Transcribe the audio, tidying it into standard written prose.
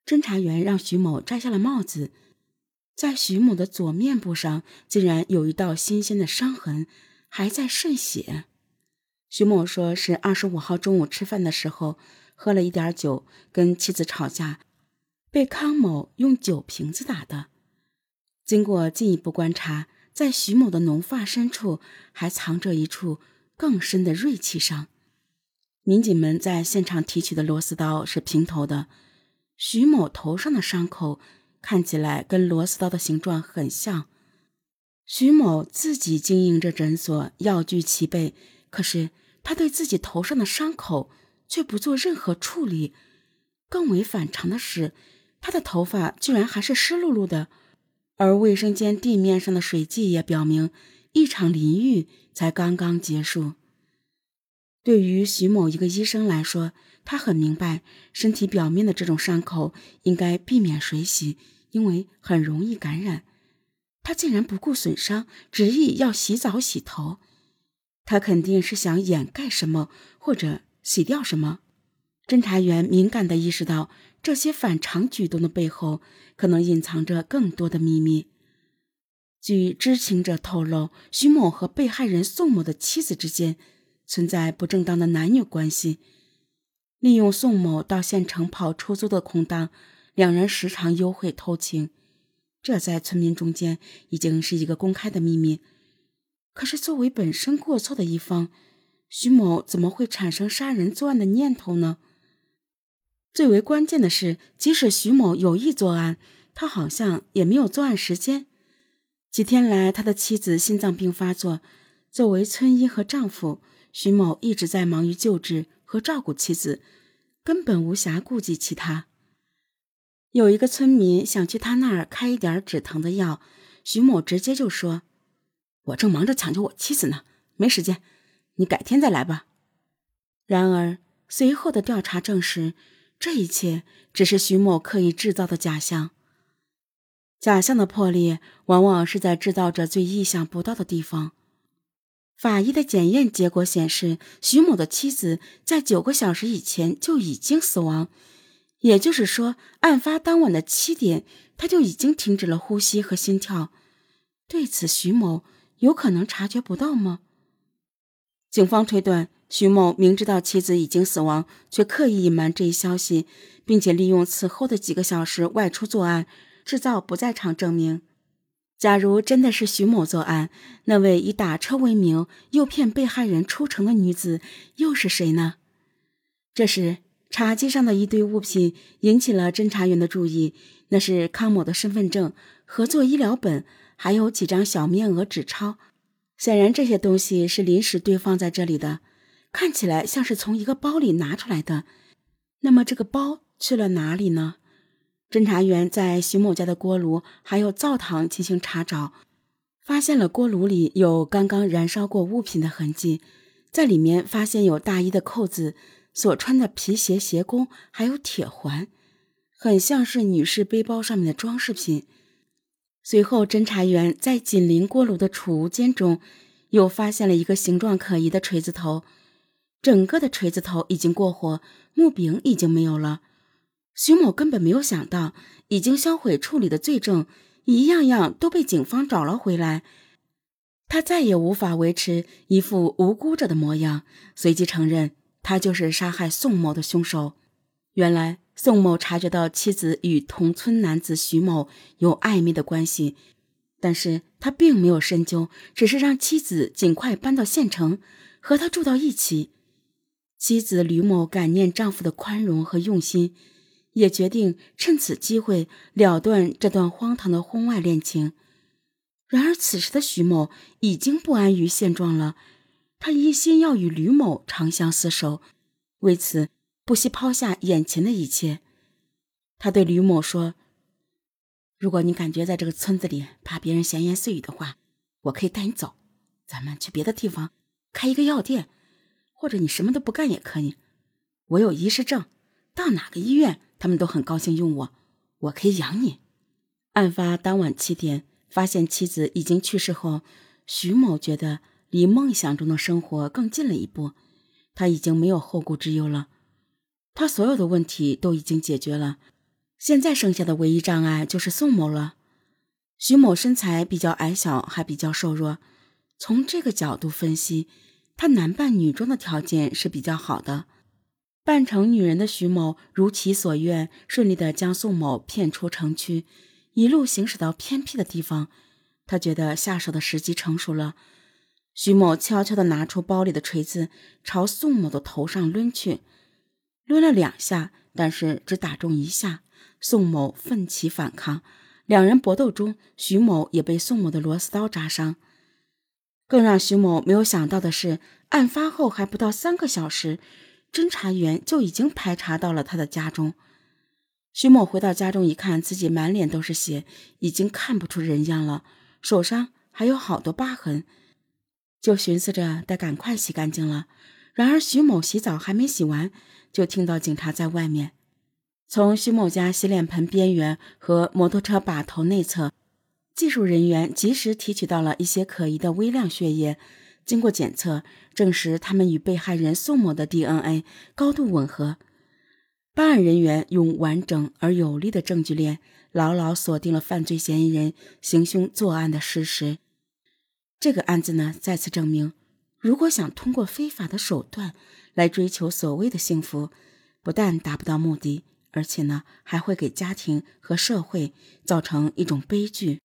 侦查员让徐某摘下了帽子，在徐某的左面部上竟然有一道新鲜的伤痕，还在渗血。徐某说是25号中午吃饭的时候喝了一点酒，跟妻子吵架，被康某用酒瓶子打的。经过进一步观察，在徐某的浓发深处还藏着一处更深的锐器伤。民警们在现场提取的螺丝刀是平头的，徐某头上的伤口看起来跟螺丝刀的形状很像。徐某自己经营着诊所，药具齐备，可是他对自己头上的伤口却不做任何处理。更为反常的是，他的头发居然还是湿漉漉的，而卫生间地面上的水迹也表明一场淋浴才刚刚结束。对于徐某一个医生来说，他很明白身体表面的这种伤口应该避免水洗，因为很容易感染。他竟然不顾损伤，执意要洗澡洗头，他肯定是想掩盖什么，或者洗掉什么。侦查员敏感地意识到，这些反常举动的背后可能隐藏着更多的秘密。据知情者透露，徐某和被害人宋某的妻子之间存在不正当的男女关系，利用宋某到县城跑出租的空档，两人时常幽会偷情，这在村民中间已经是一个公开的秘密。可是作为本身过错的一方，徐某怎么会产生杀人作案的念头呢？最为关键的是，即使徐某有意作案，他好像也没有作案时间。几天来，他的妻子心脏病发作，作为村医和丈夫，徐某一直在忙于救治和照顾妻子，根本无暇顾及其他。有一个村民想去他那儿开一点止疼的药，徐某直接就说：“我正忙着抢救我妻子呢，没时间，你改天再来吧。”然而随后的调查证实，这一切只是徐某刻意制造的假象。假象的破裂往往是在制造者最意想不到的地方。法医的检验结果显示，徐某的妻子在9个小时以前就已经死亡，也就是说，案发当晚的7点，他就已经停止了呼吸和心跳。对此，徐某有可能察觉不到吗？警方推断，徐某明知道妻子已经死亡，却刻意隐瞒这一消息，并且利用此后的几个小时外出作案，制造不在场证明。假如真的是徐某作案，那位以打车为名诱骗被害人出城的女子又是谁呢？这时，茶几上的一堆物品引起了侦查员的注意，那是康某的身份证、合作医疗本，还有几张小面额纸钞。显然这些东西是临时堆放在这里的，看起来像是从一个包里拿出来的。那么这个包去了哪里呢？侦查员在徐某家的锅炉还有灶堂进行查找，发现了锅炉里有刚刚燃烧过物品的痕迹，在里面发现有大衣的扣子、所穿的皮鞋鞋弓，还有铁环，很像是女士背包上面的装饰品。随后侦查员在紧邻锅炉的储物间中又发现了一个形状可疑的锤子头，整个的锤子头已经过火，木柄已经没有了。徐某根本没有想到，已经销毁处理的罪证一样样都被警方找了回来，他再也无法维持一副无辜者的模样，随即承认他就是杀害宋某的凶手。原来宋某察觉到妻子与同村男子徐某有暧昧的关系，但是他并没有深究，只是让妻子尽快搬到县城和他住到一起。妻子吕某感念丈夫的宽容和用心，也决定趁此机会了断这段荒唐的婚外恋情。然而此时的徐某已经不安于现状了，他一心要与吕某长相厮守，为此不惜抛下眼前的一切。他对吕某说：“如果你感觉在这个村子里怕别人闲言碎语的话，我可以带你走，咱们去别的地方开一个药店，或者你什么都不干也可以。我有医师证，到哪个医院他们都很高兴用我，我可以养你。”案发当晚7点，发现妻子已经去世后，徐某觉得离梦想中的生活更近了一步，他已经没有后顾之忧了。他所有的问题都已经解决了， 现在剩下的唯一障碍就是宋某了。徐某身材比较矮小，还比较瘦弱，从这个角度分析，他男扮女装的条件是比较好的。扮成女人的徐某如其所愿，顺利地将宋某骗出城区，一路行驶到偏僻的地方。他觉得下手的时机成熟了，徐某悄悄地拿出包里的锤子，朝宋某的头上抡去。抡了2下，但是只打中1下，宋某奋起反抗。两人搏斗中，徐某也被宋某的螺丝刀扎伤。更让徐某没有想到的是，案发后还不到3个小时，侦查员就已经排查到了他的家中。徐某回到家中一看，自己满脸都是血，已经看不出人样了，手上还有好多疤痕，就寻思着得赶快洗干净了。然而徐某洗澡还没洗完，就听到警察在外面。从徐某家洗脸盆边缘和摩托车把头内侧，技术人员及时提取到了一些可疑的微量血液，经过检测，证实他们与被害人宋某的 DNA 高度吻合。办案人员用完整而有力的证据链，牢牢锁定了犯罪嫌疑人行凶作案的事实。这个案子呢，再次证明，如果想通过非法的手段来追求所谓的幸福，不但达不到目的，而且呢，还会给家庭和社会造成一种悲剧。